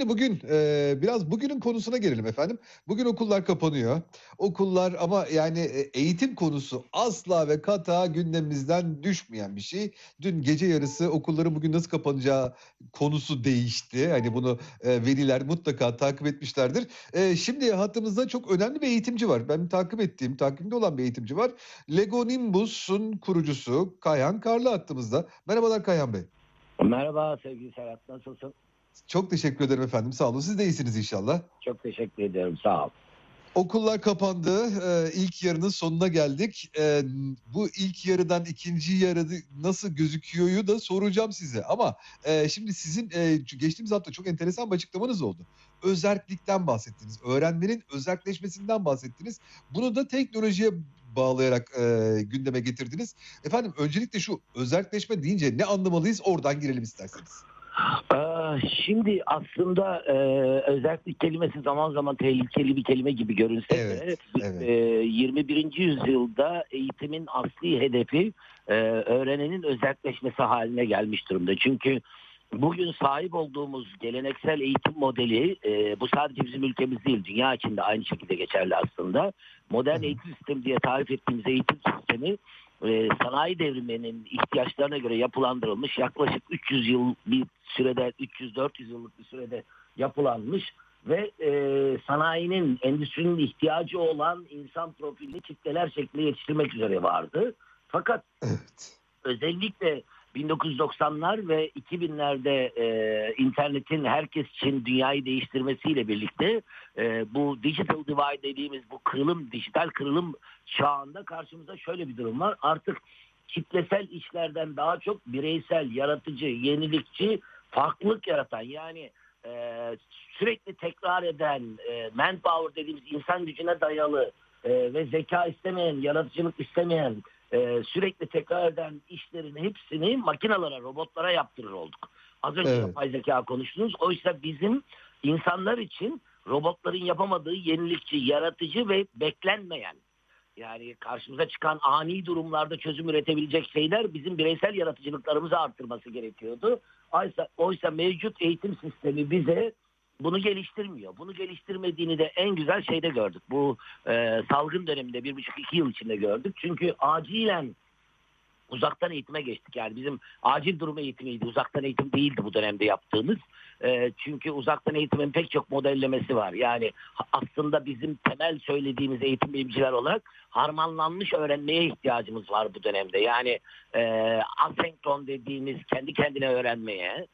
Şimdi bugün biraz bugünün konusuna gelelim efendim. Bugün okullar kapanıyor. Okullar ama yani eğitim konusu asla ve kata gündemimizden düşmeyen bir şey. Dün gece yarısı okulların bugün nasıl kapanacağı konusu değişti. Hani bunu veliler mutlaka takip etmişlerdir. Şimdi hattımızda çok önemli bir eğitimci var. Ben takipte olan bir eğitimci var. Lego Nimbus'un kurucusu Kayhan Karlı hattımızda. Merhabalar Kayhan Bey. Merhaba sevgili Serhat, nasılsın? Çok teşekkür ederim efendim. Sağ olun. Siz de iyisiniz inşallah. Çok teşekkür ediyorum, sağ ol. Okullar kapandı. İlk yarının sonuna geldik. Bu ilk yarıdan ikinci yarı nasıl gözüküyoryu da soracağım size. Ama şimdi sizin geçtiğimiz hafta çok enteresan bir açıklamanız oldu. Özerklikten bahsettiniz. Öğrenmenin özerkleşmesinden bahsettiniz. Bunu da teknolojiye bağlayarak gündeme getirdiniz. Efendim öncelikle şu özerkleşme deyince ne anlamalıyız? Oradan girelim isterseniz. Şimdi aslında özellik kelimesi zaman zaman tehlikeli bir kelime gibi görünse de Evet. 21. yüzyılda eğitimin asli hedefi öğrenenin özelleşmesi haline gelmiş durumda. Çünkü bugün sahip olduğumuz geleneksel eğitim modeli bu sadece bizim ülkemiz değil, dünya içinde aynı şekilde geçerli aslında. Modern eğitim sistemi diye tarif ettiğimiz eğitim sistemi sanayi devriminin ihtiyaçlarına göre yapılandırılmış, yaklaşık 300 yıl bir sürede, 300-400 yıllık bir sürede yapılanmış ve sanayinin, endüstrinin ihtiyacı olan insan profilini kitleler şeklinde yetiştirmek üzere vardı. Fakat özellikle 1990'lar ve 2000'lerde internetin herkes için dünyayı değiştirmesiyle birlikte bu digital divide dediğimiz bu dijital kırılım çağında karşımıza şöyle bir durum var. Artık kitlesel işlerden daha çok bireysel, yaratıcı, yenilikçi, farklılık yaratan, yani sürekli tekrar eden, manpower dediğimiz insan gücüne dayalı ve zeka istemeyen, yaratıcılık istemeyen, sürekli tekrar eden işlerin hepsini makinalara, robotlara yaptırır olduk. Az önce yapay zeka konuştunuz. Oysa bizim insanlar için robotların yapamadığı yenilikçi, yaratıcı ve beklenmeyen, yani karşımıza çıkan ani durumlarda çözüm üretebilecek şeyler bizim bireysel yaratıcılıklarımızı arttırması gerekiyordu. Oysa mevcut eğitim sistemi bize bunu geliştirmiyor. Bunu geliştirmediğini de en güzel şeyde gördük. Bu salgın döneminde 1,5-2 yıl içinde gördük. Çünkü acilen uzaktan eğitime geçtik. Yani bizim acil durum eğitimiydi. Uzaktan eğitim değildi bu dönemde yaptığımız. Çünkü uzaktan eğitimin pek çok modellemesi var. Yani aslında bizim temel söylediğimiz eğitim bilimciler olarak harmanlanmış öğrenmeye ihtiyacımız var bu dönemde. Yani asenkron dediğimiz kendi kendine öğrenmeye,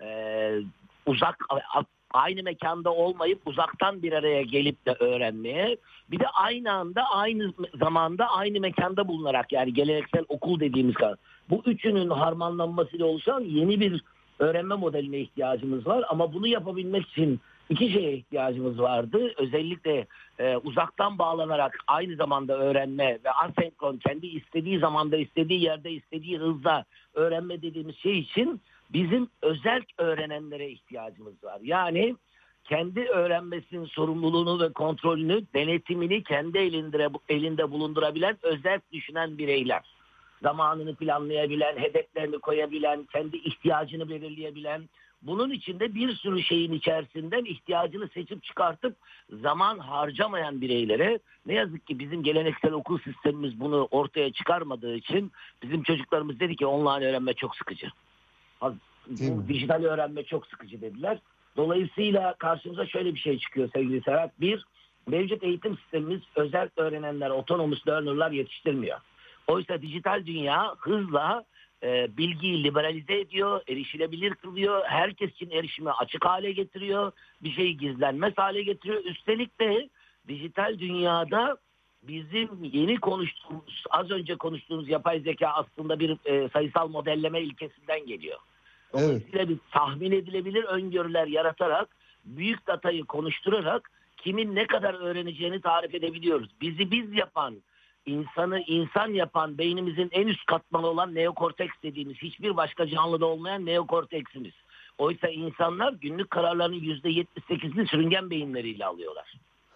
aynı mekanda olmayıp uzaktan bir araya gelip de öğrenmeye, bir de aynı anda aynı zamanda aynı mekanda bulunarak, yani geleneksel okul dediğimiz kadar, bu üçünün harmanlanmasıyla oluşan yeni bir öğrenme modeline ihtiyacımız var. Ama bunu yapabilmek için iki şeye ihtiyacımız vardı. Özellikle uzaktan bağlanarak aynı zamanda öğrenme ve asenkron, kendi istediği zamanda, istediği yerde, istediği hızda öğrenme dediğimiz şey için bizim özerk öğrenenlere ihtiyacımız var. Yani kendi öğrenmesinin sorumluluğunu ve kontrolünü, denetimini kendi elinde bulundurabilen, özerk düşünen bireyler. Zamanını planlayabilen, hedeflerini koyabilen, kendi ihtiyacını belirleyebilen, bunun içinde bir sürü şeyin içerisinden ihtiyacını seçip çıkartıp zaman harcamayan bireylere, ne yazık ki bizim geleneksel okul sistemimiz bunu ortaya çıkarmadığı için bizim çocuklarımız dedi ki online öğrenme çok sıkıcı. Bu dijital öğrenme çok sıkıcı dediler. Dolayısıyla karşımıza şöyle bir şey çıkıyor sevgili Serhat. Bir, mevcut eğitim sistemimiz özel öğrenenler, autonomous learner'lar yetiştirmiyor. Oysa dijital dünya hızla bilgiyi liberalize ediyor, erişilebilir kılıyor, herkes için erişimi açık hale getiriyor, bir şeyi gizlenmez hale getiriyor. Üstelik de dijital dünyada bizim yeni konuştuğumuz, az önce konuştuğumuz yapay zeka aslında bir sayısal modelleme ilkesinden geliyor. Dolayısıyla bir tahmin edilebilir öngörüler yaratarak, büyük datayı konuşturarak kimin ne kadar öğreneceğini tarif edebiliyoruz. Bizi biz yapan, insanı insan yapan beynimizin en üst katmanı olan neokorteks dediğimiz, hiçbir başka canlıda olmayan neokorteksimiz. Oysa insanlar günlük kararlarının %78'ini sürüngen beyinleriyle alıyorlar.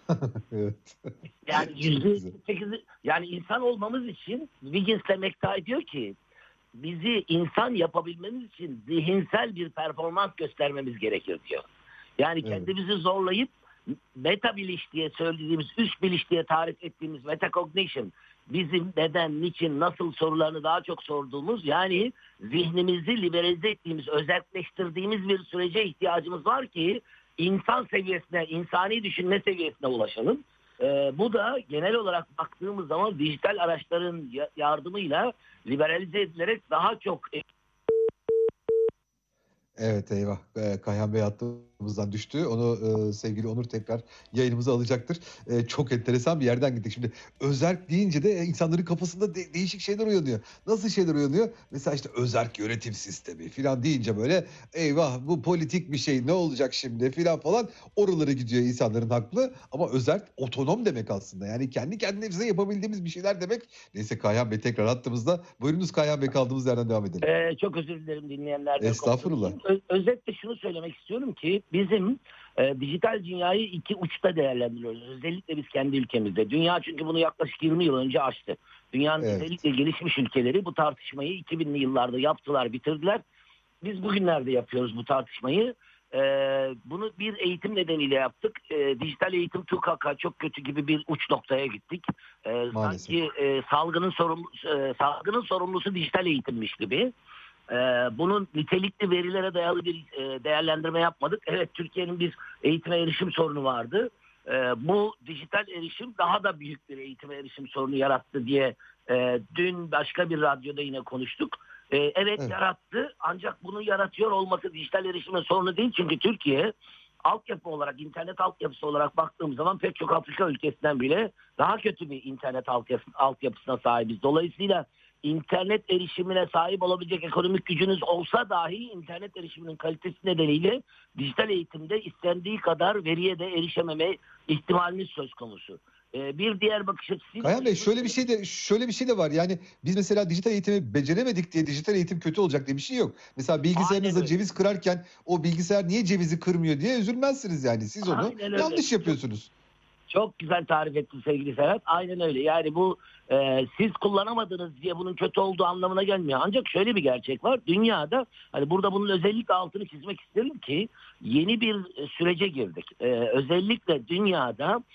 Yani %78'i, yani insan olmamız için Wiggins'le McTighe diyor ki bizi insan yapabilmemiz için zihinsel bir performans göstermemiz gerekiyor diyor. Yani Evet. kendimizi zorlayıp meta biliş diye söylediğimiz, üst biliş diye tarif ettiğimiz metacognition, bizim neden, niçin, nasıl sorularını daha çok sorduğumuz, yani zihnimizi liberalize ettiğimiz, özelleştirdiğimiz bir sürece ihtiyacımız var ki insan seviyesine, insani düşünme seviyesine ulaşalım. Bu da genel olarak baktığımız zaman dijital araçların yardımıyla liberalize edilerek daha çok. Evet, eyvah. Kayhan Bey hattımızdan düştü. Onu sevgili Onur tekrar yayınımıza alacaktır. Çok enteresan bir yerden gittik. Şimdi özerk deyince de insanların kafasında değişik şeyler uyanıyor. Nasıl şeyler uyanıyor? Mesela işte özerk yönetim sistemi falan deyince böyle eyvah bu politik bir şey, ne olacak şimdi falan falan, oralara gidiyor insanların aklı. Ama özerk otonom demek aslında. Yani kendi kendimize yapabildiğimiz bir şeyler demek. Neyse, Kayhan Bey tekrar hattımızda. Buyurunuz Kayhan Bey, kaldığımız yerden devam edelim. Çok özür dilerim, dinleyenler de Estağfurullah. konuşulsun. Özetle şunu söylemek istiyorum ki bizim dijital dünyayı iki uçta değerlendiriyoruz. Özellikle biz kendi ülkemizde. Dünya çünkü bunu yaklaşık 20 yıl önce aştı. Dünyanın Evet. özellikle gelişmiş ülkeleri bu tartışmayı 2000'li yıllarda yaptılar, bitirdiler. Biz bugünlerde yapıyoruz bu tartışmayı. Bunu bir eğitim nedeniyle yaptık. Dijital eğitim TÜKAK'a çok kötü gibi bir uç noktaya gittik. Maalesef. Sanki salgının sorumlusu dijital eğitimmiş gibi. Bunun nitelikli verilere dayalı bir değerlendirme yapmadık. Evet, Türkiye'nin bir eğitime erişim sorunu vardı. Bu dijital erişim daha da büyük bir eğitime erişim sorunu yarattı diye dün başka bir radyoda yine konuştuk. Evet, Evet. yarattı, ancak bunu yaratıyor olması dijital erişimin sorunu değil. Çünkü Türkiye altyapı olarak, internet altyapısı olarak baktığım zaman pek çok Afrika ülkesinden bile daha kötü bir internet altyapısına sahibiz. Dolayısıyla internet erişimine sahip olabilecek ekonomik gücünüz olsa dahi internet erişiminin kalitesi nedeniyle dijital eğitimde istendiği kadar veriye de erişememe ihtimaliniz söz konusu. Bir diğer bakış açısıyla Kayhan Bey, şöyle bir şey de var. Yani biz mesela dijital eğitimi beceremedik diye dijital eğitim kötü olacak diye bir şey yok. Mesela aynen bilgisayarınızda öyle. ceviz kırarken o bilgisayar niye cevizi kırmıyor diye üzülmezsiniz yani. Siz onu Aynen öyle. yanlış yapıyorsunuz. Çok güzel tarif ettin sevgili Serhat. Aynen öyle. Yani bu siz kullanamadınız diye bunun kötü olduğu anlamına gelmiyor. Ancak şöyle bir gerçek var. Dünyada, hani burada bunun özellikle altını çizmek isterim ki, yeni bir sürece girdik. Özellikle dünyada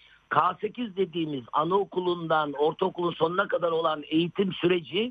K8 dediğimiz anaokulundan ortaokulun sonuna kadar olan eğitim süreci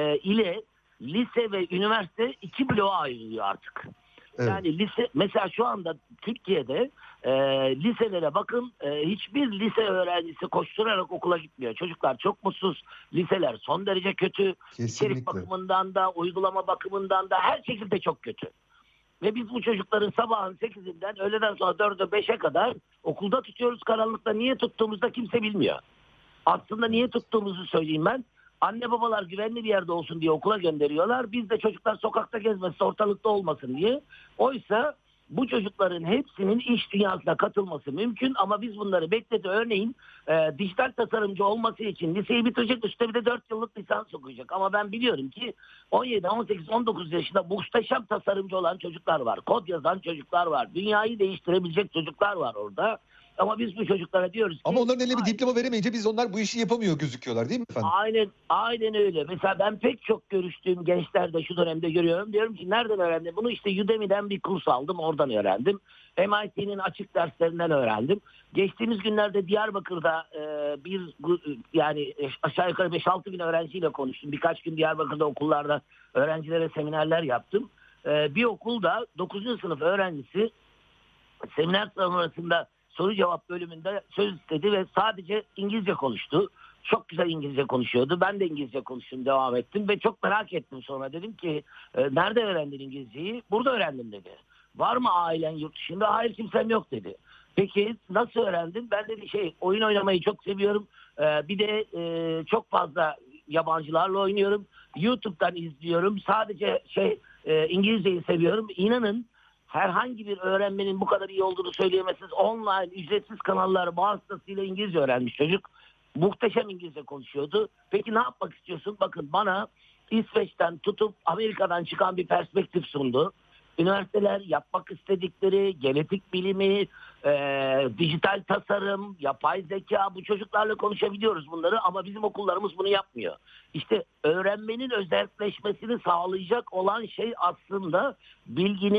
ile lise ve üniversite iki bloğa ayrılıyor artık. Evet. Yani lise, mesela şu anda Türkiye'de liselere bakın, hiçbir lise öğrencisi koşturarak okula gitmiyor. Çocuklar çok mutsuz. Liseler son derece kötü. İçerik Kesinlikle. bakımından da, uygulama bakımından da her şekilde çok kötü. Ve biz bu çocukları sabahın 8'inden öğleden sonra 4'e 5'e kadar okulda tutuyoruz karanlıkta. Niye tuttuğumuzda kimse bilmiyor. Aslında niye Evet. tuttuğumuzu söyleyeyim ben. Anne babalar güvenli bir yerde olsun diye okula gönderiyorlar. Biz de çocuklar sokakta gezmesin, ortalıkta olmasın diye. Oysa bu çocukların hepsinin iş dünyasına katılması mümkün, ama biz bunları bekledi. Örneğin dijital tasarımcı olması için liseyi bitirecek, üstte bir de 4 yıllık lisans okuyacak. Ama ben biliyorum ki 17, 18, 19 yaşında muhteşem tasarımcı olan çocuklar var. Kod yazan çocuklar var. Dünyayı değiştirebilecek çocuklar var orada. Ama biz bu çocuklara diyoruz Ama ki onların eline bir hayır. diploma veremeyince onlar bu işi yapamıyor gözüküyorlar, değil mi efendim? Aynen öyle. Mesela ben pek çok görüştüğüm gençlerde şu dönemde görüyorum. Diyorum ki nereden öğrendim? Bunu işte Udemy'den bir kurs aldım, oradan öğrendim. MIT'nin açık derslerinden öğrendim. Geçtiğimiz günlerde Diyarbakır'da yani aşağı yukarı 5-6 bin öğrenciyle konuştum. Birkaç gün Diyarbakır'da okullarda öğrencilere seminerler yaptım. Bir okulda 9. sınıf öğrencisi seminer sonrasında soru cevap bölümünde söz istedi ve sadece İngilizce konuştu. Çok güzel İngilizce konuşuyordu. Ben de İngilizce konuştum, devam ettim ve çok merak ettim sonra. Dedim ki nerede öğrendin İngilizceyi? Burada öğrendim dedi. Var mı ailen yurt dışında? Hayır, kimsem yok dedi. Peki nasıl öğrendin? Ben dedi oyun oynamayı çok seviyorum. Bir de çok fazla yabancılarla oynuyorum. YouTube'dan izliyorum. Sadece İngilizceyi seviyorum. İnanın, herhangi bir öğrenmenin bu kadar iyi olduğunu söyleyemezsiniz. Online ücretsiz kanallar vasıtasıyla İngilizce öğrenmiş çocuk. Muhteşem İngilizce konuşuyordu. Peki ne yapmak istiyorsun? Bakın, bana İsveç'ten tutup Amerika'dan çıkan bir perspektif sundu. Üniversiteler yapmak istedikleri genetik bilimi, dijital tasarım, yapay zeka, bu çocuklarla konuşabiliyoruz bunları, ama bizim okullarımız bunu yapmıyor. İşte öğrenmenin özelleşmesini sağlayacak olan şey aslında bilginin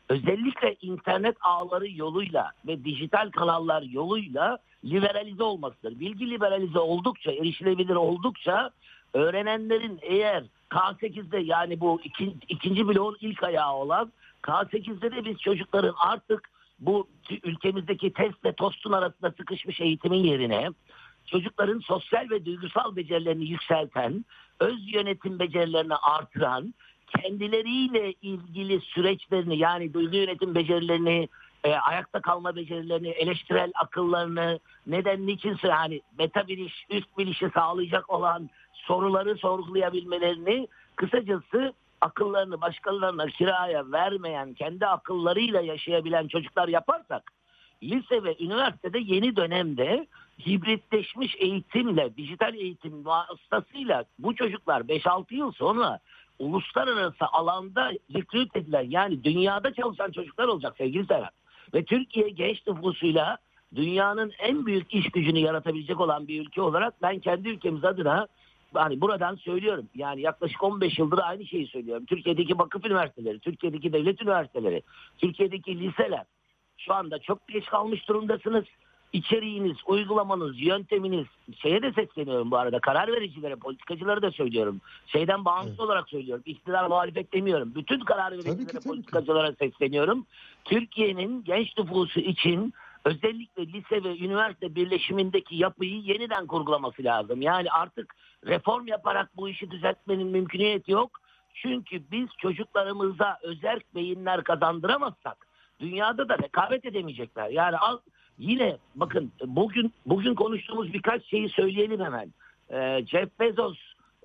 özellikle internet ağları yoluyla ve dijital kanallar yoluyla liberalize olmasıdır. Bilgi liberalize oldukça, erişilebilir oldukça öğrenenlerin eğer K8'de, yani bu ikinci bloğun ilk ayağı olan K8'de de biz çocukların artık bu ülkemizdeki testle tostun arasında sıkışmış eğitimin yerine çocukların sosyal ve duygusal becerilerini yükselten, öz yönetim becerilerini artıran, kendileriyle ilgili süreçlerini, yani duygu yönetim becerilerini, ayakta kalma becerilerini, eleştirel akıllarını, neden niçin, yani meta biliş, üst bilişi sağlayacak olan soruları sorgulayabilmelerini, kısacası akıllarını başkalarına kiraya vermeyen, kendi akıllarıyla yaşayabilen çocuklar yaparsak, lise ve üniversitede yeni dönemde hibritleşmiş eğitimle, dijital eğitim vasıtasıyla bu çocuklar 5-6 yıl sonra uluslararası alanda rekrut edilen, yani dünyada çalışan çocuklar olacak sevgili Serhat. Ve Türkiye genç nüfusuyla dünyanın en büyük iş gücünü yaratabilecek olan bir ülke olarak ben kendi ülkemiz adına hani buradan söylüyorum. Yani yaklaşık 15 yıldır aynı şeyi söylüyorum. Türkiye'deki vakıf üniversiteleri, Türkiye'deki devlet üniversiteleri, Türkiye'deki liseler şu anda çok geç kalmış durumdasınız. İçeriğiniz, uygulamanız, yönteminiz, şeye de sesleniyorum bu arada, karar vericilere, politikacılara da söylüyorum. Şeyden bağımsız Evet. olarak söylüyorum. İktidar, muhalefet demiyorum. Bütün karar Tabii vericilere, ki, tabii ki. politikacılara sesleniyorum. Türkiye'nin genç nüfusu için özellikle lise ve üniversite birleşimindeki yapıyı yeniden kurgulaması lazım. Yani artık reform yaparak bu işi düzeltmenin mümküniyeti yok. Çünkü biz çocuklarımıza özerk beyinler kazandıramazsak dünyada da rekabet edemeyecekler. Yani yine bakın, bugün konuştuğumuz birkaç şeyi söyleyelim hemen. Jeff Bezos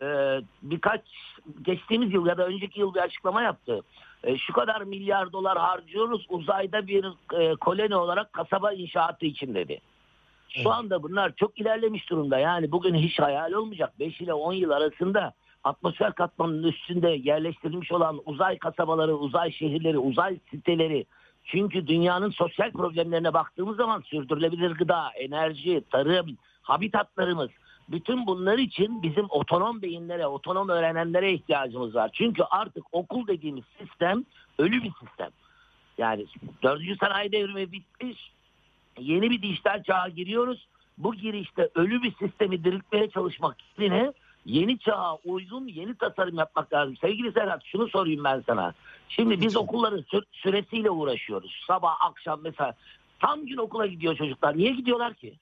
geçtiğimiz yıl ya da önceki yıl bir açıklama yaptı. Şu kadar milyar dolar harcıyoruz uzayda bir koloni olarak kasaba inşaatı için dedi. Şu anda bunlar çok ilerlemiş durumda. Yani bugün hiç hayal olmayacak. 5 ile 10 yıl arasında atmosfer katmanının üstünde yerleştirilmiş olan uzay kasabaları, uzay şehirleri, uzay siteleri. Çünkü dünyanın sosyal problemlerine baktığımız zaman sürdürülebilir gıda, enerji, tarım, habitatlarımız, bütün bunlar için bizim otonom beyinlere, otonom öğrenenlere ihtiyacımız var. Çünkü artık okul dediğimiz sistem ölü bir sistem. Yani 4. sanayi devrimi bitmiş. Yeni bir dijital çağa giriyoruz. Bu girişte ölü bir sistemi diriltmeye çalışmak yerine yeni çağa uygun yeni tasarım yapmak lazım. Sevgili Serhat, şunu sorayım ben sana. Şimdi biz Lütfen. okulların süresiyle uğraşıyoruz. Sabah akşam mesela tam gün okula gidiyor çocuklar. Niye gidiyorlar ki?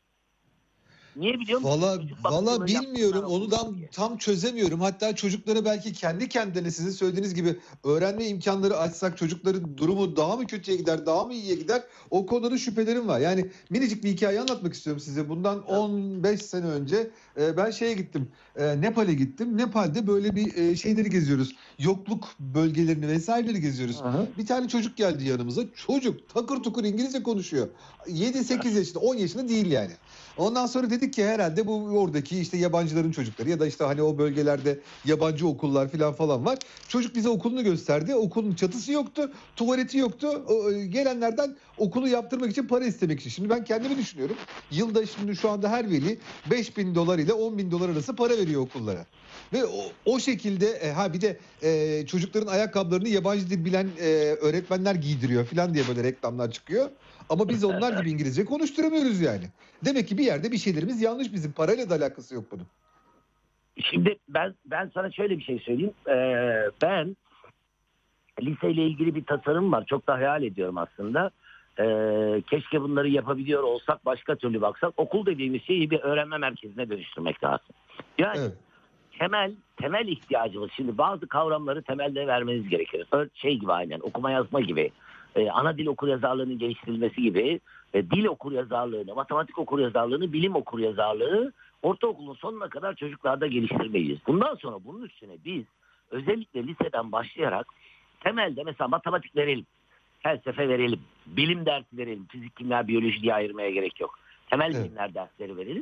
Niye biliyor musun? Valla Çocuk valla bakıcılığı bilmiyorum, yapsınlar onu okulda diye. tam çözemiyorum. Hatta çocukları belki kendi kendine sizin söylediğiniz gibi öğrenme imkanları açsak çocukların durumu daha mı kötüye gider, daha mı iyiye gider? O konuda şüphelerim var. Yani minicik bir hikaye anlatmak istiyorum size. Bundan 15 sene önce ben şeye gittim. Nepal'e gittim. Nepal'de böyle bir şeyleri geziyoruz. Yokluk bölgelerini vesaireleri geziyoruz. Hı hı. Bir tane çocuk geldi yanımıza. Çocuk takır tukur İngilizce konuşuyor. 7-8 yaşında, 10 yaşında değil yani. Ondan sonra dedik ki herhalde bu oradaki işte yabancıların çocukları ya da işte hani o bölgelerde yabancı okullar falan var. Çocuk bize okulunu gösterdi. Okulun çatısı yoktu, tuvaleti yoktu. Gelenlerden okulu yaptırmak için para istemek için. Şimdi ben kendimi düşünüyorum. Yılda şimdi şu anda her veli 5.000 dolar ile 10.000 dolar arası para veriyor okullara. Ve o şekilde bir de çocukların ayakkabılarını yabancı dil bilen öğretmenler giydiriyor falan diye böyle reklamlar çıkıyor. Ama biz onlar gibi İngilizce konuşturamıyoruz yani. Demek ki bir yerde bir şeylerimiz yanlış bizim. Parayla da alakası yok bunun. Şimdi ben sana şöyle bir şey söyleyeyim. Ben liseyle ilgili bir tasarım var. Çok da hayal ediyorum aslında. Keşke bunları yapabiliyor olsak, başka türlü baksak. Okul dediğimiz şeyi bir öğrenme merkezine dönüştürmek lazım. Yani Evet. temel ihtiyacımız, şimdi bazı kavramları temelde vermeniz gerekir. Şey gibi, aynen okuma yazma gibi, ana dil okuryazarlığının geliştirilmesi gibi, dil okuryazarlığını, matematik okuryazarlığını, bilim okuryazarlığı ortaokulun sonuna kadar çocuklarda geliştirmeliyiz. Bundan sonra bunun üstüne biz özellikle liseden başlayarak temelde mesela matematik verelim, felsefe verelim, bilim dersi verelim, fizik, kimya, biyoloji diye ayırmaya gerek yok. Temel Evet. bilimler dersleri verelim.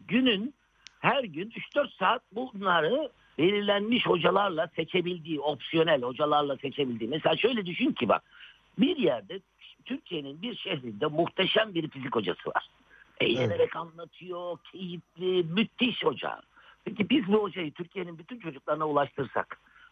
Her gün 3-4 saat bunları belirlenmiş hocalarla seçebildiği, opsiyonel hocalarla seçebildiği. Mesela şöyle düşün ki bak, bir yerde Türkiye'nin bir şehrinde muhteşem bir fizik hocası var. Eğlenerek anlatıyor, keyifli, müthiş hoca. Peki biz bu hocayı Türkiye'nin bütün çocuklarına ulaştırsak,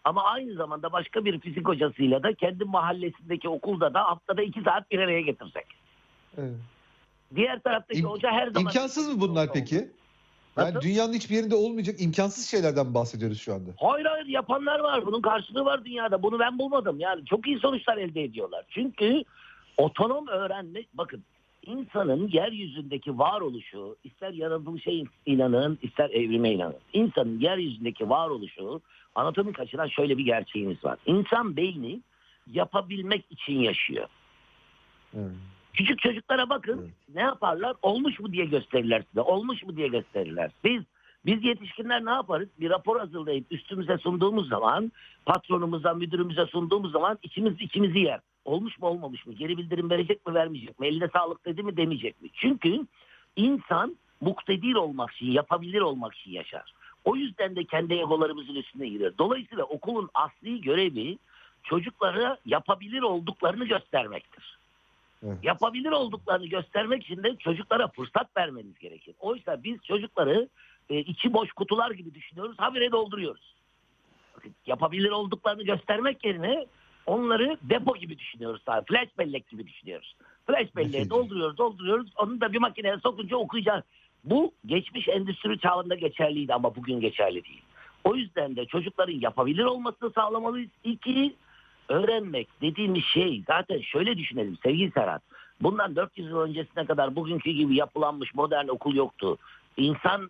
Ama aynı zamanda başka bir fizik hocasıyla da kendi mahallesindeki okulda da haftada 2 saat bir araya getirsek. Evet. Diğer taraftaki hoca her zaman... İmkansız mı bunlar peki? Yani Nasıl? dünyanın hiçbir yerinde olmayacak imkansız şeylerden bahsediyoruz şu anda. Hayır, yapanlar var. Bunun karşılığı var dünyada. Bunu ben bulmadım. Yani çok iyi sonuçlar elde ediyorlar. Çünkü otonom öğrenme, bakın, insanın yeryüzündeki varoluşu, ister yaratılışa inanın, ister evrime inanın. İnsanın yeryüzündeki varoluşu anatomik açıdan şöyle bir gerçeğimiz var. İnsan beyni yapabilmek için yaşıyor. Evet. Küçük çocuklara bakın, Evet. ne yaparlar? Olmuş mu diye gösterirler size. Olmuş mu diye gösterirler. Biz yetişkinler ne yaparız? Bir rapor hazırlayıp üstümüze sunduğumuz zaman, patronumuza, müdürümüze sunduğumuz zaman içimizi yer. Olmuş mu olmamış mı? Geri bildirim verecek mi vermeyecek mi? Eline sağlık dedi mi demeyecek mi? Çünkü insan muktedir olmak için, yapabilir olmak için yaşar. O yüzden de kendi egolarımızın üstüne girer. Dolayısıyla okulun asli görevi çocuklara yapabilir olduklarını göstermektir. Evet. Yapabilir olduklarını göstermek için de çocuklara fırsat vermeniz gerekir. Oysa biz çocukları içi boş kutular gibi düşünüyoruz, habire dolduruyoruz. Yapabilir olduklarını göstermek yerine onları depo gibi düşünüyoruz. Flash bellek gibi düşünüyoruz. Flash belleğe dolduruyoruz. Onu da bir makineye sokunca okuyacağız. Bu geçmiş endüstri çağında geçerliydi ama bugün geçerli değil. O yüzden de çocukların yapabilir olmasını sağlamalıyız. İki, öğrenmek dediğimiz şey zaten şöyle düşünelim sevgili Serhat. Bundan 400 yıl öncesine kadar bugünkü gibi yapılanmış modern okul yoktu. İnsan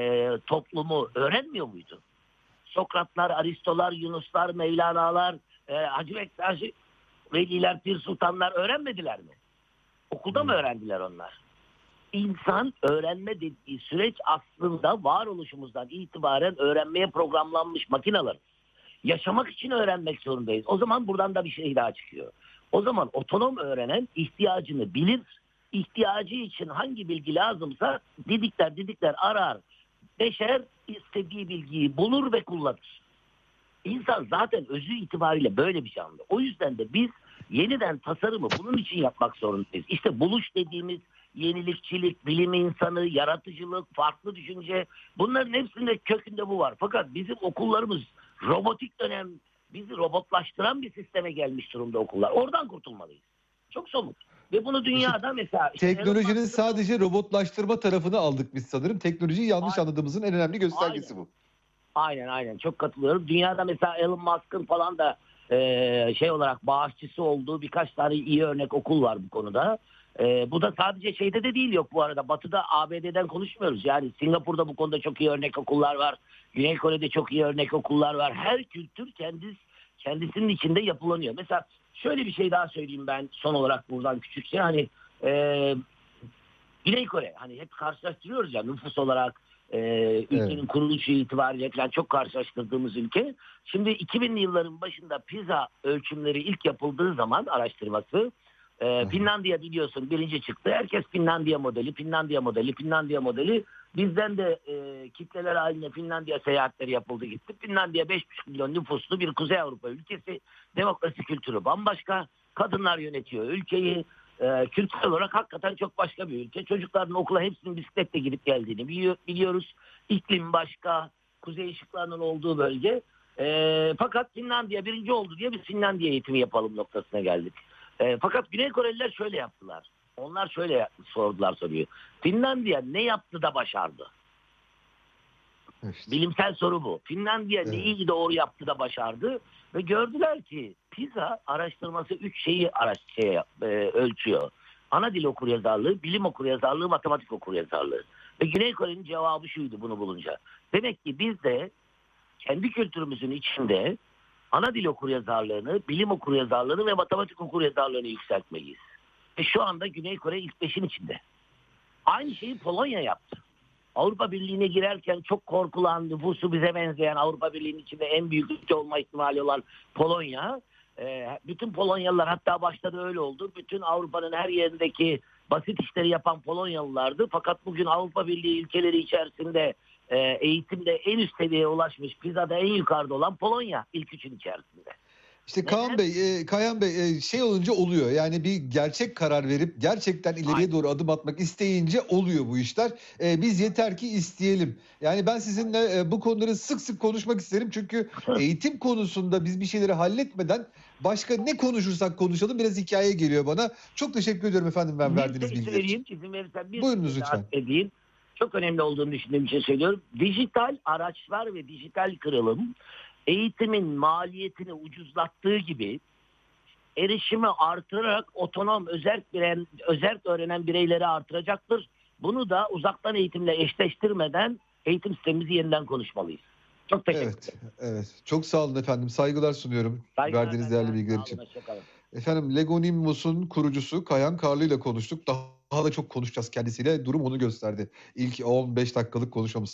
toplumu öğrenmiyor muydu? Sokratlar, Aristolar, Yunuslar, Mevlana'lar, Hacı Bektaşi, Veliler, Pir Sultanlar öğrenmediler mi? Okulda mı öğrendiler onlar? İnsan öğrenme dediği süreç aslında varoluşumuzdan itibaren öğrenmeye programlanmış makineler. Yaşamak için öğrenmek zorundayız. O zaman buradan da bir şey daha çıkıyor. O zaman otonom öğrenen ihtiyacını bilir. İhtiyacı için hangi bilgi lazımsa didikler arar. Beşer istediği bilgiyi bulur ve kullanır. İnsan zaten özü itibariyle böyle bir canlı. O yüzden de biz yeniden tasarımı bunun için yapmak zorundayız. İşte buluş dediğimiz yenilikçilik, bilim insanı, yaratıcılık, farklı düşünce, bunların hepsinde kökünde bu var. Fakat bizim okullarımız robotik dönem, bizi robotlaştıran bir sisteme gelmiş durumda okullar. Oradan kurtulmalıyız. Çok somut. Ve bunu dünyada mesela... Teknolojinin sadece robotlaştırma tarafını aldık biz sanırım. Teknolojiyi yanlış anladığımızın en önemli göstergesi bu. Aynen çok katılıyorum. Dünyada mesela Elon Musk'ın falan da şey olarak bağışçısı olduğu birkaç tane iyi örnek okul var bu konuda. Bu da sadece şeyde de değil, yok bu arada. Batı'da, ABD'den konuşmuyoruz. Yani Singapur'da bu konuda çok iyi örnek okullar var. Güney Kore'de çok iyi örnek okullar var. Her kültür kendisinin içinde yapılanıyor. Mesela şöyle bir şey daha söyleyeyim ben son olarak buradan küçükçe. Hani Güney Kore, hani hep karşılaştırıyoruz ya nüfus olarak, ülkenin kuruluşu itibariyle falan çok karşılaştırdığımız ülke. Şimdi 2000'li yılların başında PISA ölçümleri ilk yapıldığı zaman araştırması, Finlandiya biliyorsun birinci çıktı. Herkes Finlandiya modeli. Bizden de kitleler haline Finlandiya seyahatleri yapıldı gitti. Finlandiya 5,5 milyon nüfuslu bir Kuzey Avrupa ülkesi. Demokrasi kültürü bambaşka. Kadınlar yönetiyor ülkeyi. Kültürel olarak hakikaten çok başka bir ülke. Çocukların okula hepsinin bisikletle gidip geldiğini biliyoruz. İklim başka. Kuzey ışıklarının olduğu bölge. Fakat Finlandiya birinci oldu diye biz Finlandiya eğitimi yapalım noktasına geldik. Fakat Güney Koreliler şöyle yaptılar. Onlar şöyle sordular soruyu. Finlandiya ne yaptı da başardı? İşte. Bilimsel soru bu. Finlandiya neyi doğru yaptı da başardı? Ve gördüler ki PISA araştırması 3 şeyi ölçüyor. Ana dil okuryazarlığı, bilim okuryazarlığı, matematik okuryazarlığı. Ve Güney Kore'nin cevabı şuydu bunu bulunca. Demek ki biz de kendi kültürümüzün içinde ana dil okuryazarlığını, bilim okuryazarlığını ve matematik okuryazarlığını yükseltmeliyiz. Ve şu anda Güney Kore ilk 5'in içinde. Aynı şeyi Polonya yaptı. Avrupa Birliği'ne girerken çok korkulan, nüfusu bize benzeyen, Avrupa Birliği'nin içinde en büyük ülke olma ihtimali olan Polonya, bütün Polonyalılar, hatta başta da öyle oldu, bütün Avrupa'nın her yerindeki basit işleri yapan Polonyalılardı. Fakat bugün Avrupa Birliği ülkeleri içerisinde eğitimde en üst seviyeye ulaşmış, PISA'da en yukarıda olan Polonya ilk üçün içerisinde. İşte Neden? Kayhan Bey, şey olunca oluyor. Yani bir gerçek karar verip gerçekten ileriye doğru adım atmak isteyince oluyor bu işler. Biz yeter ki isteyelim. Yani ben sizinle bu konuları sık sık konuşmak isterim. Çünkü eğitim konusunda biz bir şeyleri halletmeden başka ne konuşursak konuşalım biraz hikaye geliyor bana. Çok teşekkür ediyorum efendim Bir verdiğiniz şey bilgiler için. söyleyeyim, izin verirsen bir Buyurunuz şey daha lütfen. edeyim. Çok önemli olduğunu düşündüğüm için söylüyorum. Dijital araçlar ve dijital kırılım eğitimin maliyetini ucuzlattığı gibi erişimi artırarak otonom özerk öğrenen bireyleri artıracaktır. Bunu da uzaktan eğitimle eşleştirmeden eğitim sistemimizi yeniden konuşmalıyız. Çok teşekkür Evet, ederim. evet. Çok sağ olun efendim. Saygılar sunuyorum Saygılar verdiğiniz değerli benden. bilgiler Sağ olun. için. Hoşçakalın. Efendim Legonimus'un kurucusu Kayan Karlı ile konuştuk. Daha da çok konuşacağız kendisiyle. Durum onu gösterdi. İlk 15 dakikalık konuşmamız.